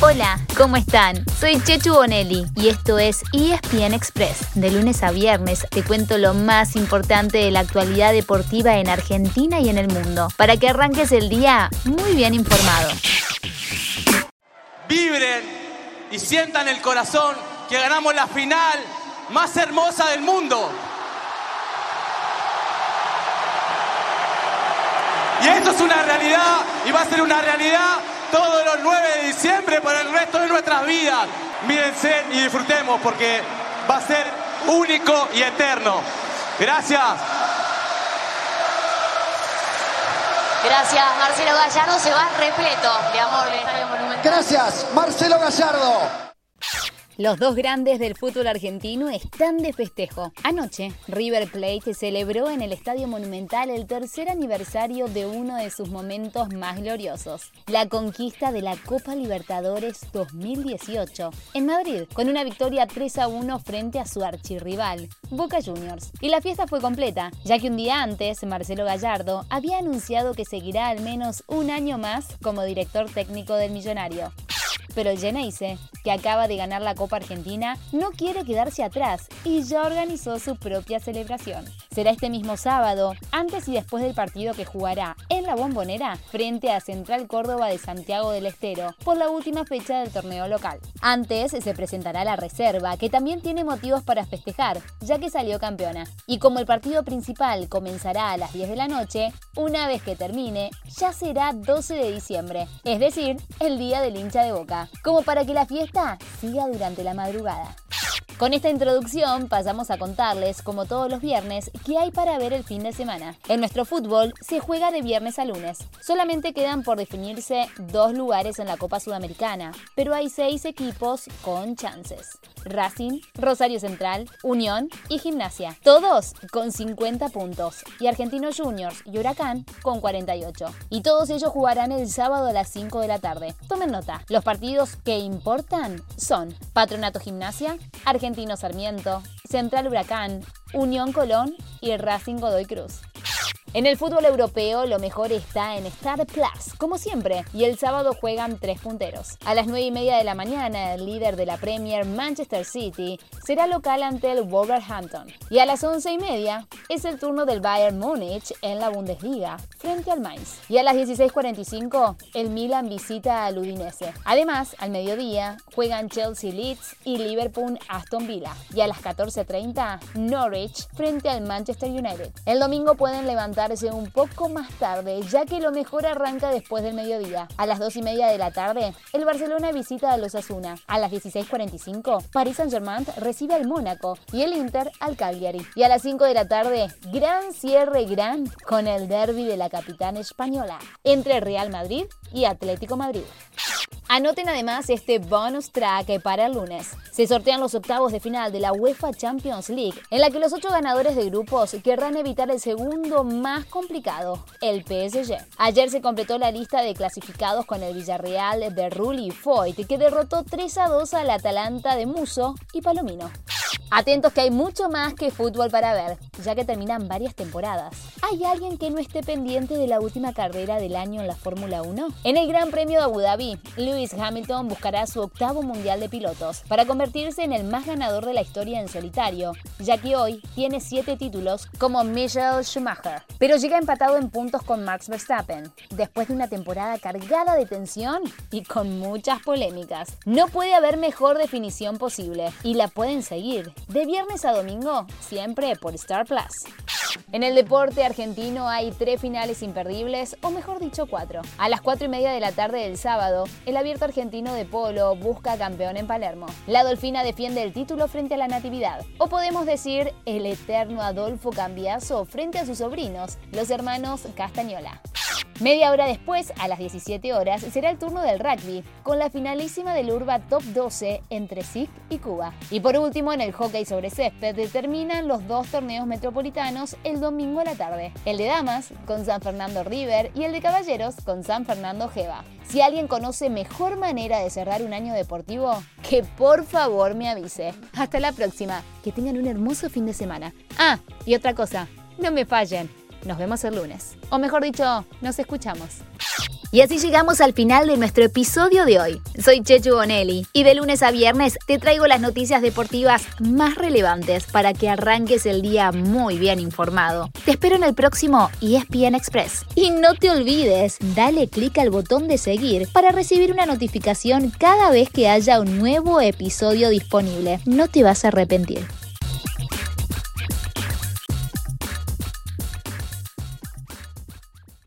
Hola, ¿cómo están? Soy Chechu Bonelli y esto es ESPN Express. De lunes a viernes te cuento lo más importante de la actualidad deportiva en Argentina y en el mundo, para que arranques el día muy bien informado. Vibren y sientan el corazón que ganamos la final más hermosa del mundo. Y esto es una realidad y va a ser una realidad todos los 9 de diciembre para el resto de nuestras vidas. Mírense y disfrutemos porque va a ser único y eterno. Gracias. Gracias, Marcelo Gallardo. Se va repleto de amor del Estadio Monumental. Gracias, Marcelo Gallardo. Los dos grandes del fútbol argentino están de festejo. Anoche, River Plate celebró en el Estadio Monumental el tercer aniversario de uno de sus momentos más gloriosos, la conquista de la Copa Libertadores 2018 en Madrid, con una victoria 3-1 frente a su archirrival, Boca Juniors. Y la fiesta fue completa, ya que un día antes, Marcelo Gallardo había anunciado que seguirá al menos un año más como director técnico del Millonario. Pero el Geneise, que acaba de ganar la Copa Argentina, no quiere quedarse atrás y ya organizó su propia celebración. Será este mismo sábado, antes y después del partido que jugará en la Bombonera frente a Central Córdoba de Santiago del Estero por la última fecha del torneo local. Antes se presentará la reserva, que también tiene motivos para festejar, ya que salió campeona. Y como el partido principal comenzará a las 10 de la noche, una vez que termine, ya será 12 de diciembre, es decir, el día del hincha de Boca, como para que la fiesta siga durante la madrugada. Con esta introducción pasamos a contarles, como todos los viernes, qué hay para ver el fin de semana. En nuestro fútbol se juega de viernes a lunes. Solamente quedan por definirse 2 lugares en la Copa Sudamericana, pero hay 6 equipos con chances. Racing, Rosario Central, Unión y Gimnasia, todos con 50 puntos, y Argentinos Juniors y Huracán con 48. Y todos ellos jugarán el sábado a las 5 de la tarde. Tomen nota, los partidos que importan son Patronato Gimnasia, Argentino Sarmiento, Central Huracán, Unión Colón y Racing Godoy Cruz. En el fútbol europeo lo mejor está en Star Plus, como siempre, y el sábado juegan 3 punteros. A las 9:30 de la mañana, el líder de la Premier, Manchester City, será local ante el Wolverhampton. Y a las 11:30 es el turno del Bayern Múnich en la Bundesliga, frente al Mainz. Y a las 16:45, el Milan visita al Udinese. Además, al mediodía, juegan Chelsea Leeds y Liverpool Aston Villa. Y a las 14:30, Norwich frente al Manchester United. El domingo pueden levantar un poco más tarde, ya que lo mejor arranca después del mediodía. A las 2:30 de la tarde, el Barcelona visita a los Asuna. A las 16:45, Paris Saint-Germain recibe al Mónaco y el Inter al Cagliari. Y a las 5 de la tarde, gran cierre con el derbi de la capital española entre Real Madrid y Atlético Madrid. Anoten además este bonus track para el lunes. Se sortean los octavos de final de la UEFA Champions League, en la que los 8 ganadores de grupos querrán evitar el segundo más complicado, el PSG. Ayer se completó la lista de clasificados con el Villarreal de Rulli Foyt, que derrotó 3-2 al Atalanta de Musso y Palomino. Atentos que hay mucho más que fútbol para ver, ya que terminan varias temporadas. ¿Hay alguien que no esté pendiente de la última carrera del año en la Fórmula 1? En el Gran Premio de Abu Dhabi, Lewis Hamilton buscará su 8º mundial de pilotos para convertirse en el más ganador de la historia en solitario, ya que hoy tiene 7 títulos como Michael Schumacher. Pero llega empatado en puntos con Max Verstappen, después de una temporada cargada de tensión y con muchas polémicas. No puede haber mejor definición posible y la pueden seguir de viernes a domingo, siempre por Star Plus. En el deporte argentino hay 3 finales imperdibles, o mejor dicho 4. A las 4:30 de la tarde del sábado, el Abierto Argentino de Polo busca campeón en Palermo. La Dolfina defiende el título frente a la Natividad, o podemos decir el eterno Adolfo Cambiaso frente a sus sobrinos, los hermanos Castañola. Media hora después, a las 17 horas, será el turno del rugby, con la finalísima del Urba Top 12 entre SIC y Cuba. Y por último, en el hockey sobre césped, terminan los 2 torneos metropolitanos el domingo a la tarde. El de damas, con San Fernando River, y el de caballeros, con San Fernando Geva. Si alguien conoce mejor manera de cerrar un año deportivo, que por favor me avise. Hasta la próxima. Que tengan un hermoso fin de semana. Ah, y otra cosa, no me fallen. Nos vemos el lunes. O mejor dicho, nos escuchamos. Y así llegamos al final de nuestro episodio de hoy. Soy Chechu Bonelli y de lunes a viernes te traigo las noticias deportivas más relevantes para que arranques el día muy bien informado. Te espero en el próximo ESPN Express. Y no te olvides, dale clic al botón de seguir para recibir una notificación cada vez que haya un nuevo episodio disponible. No te vas a arrepentir.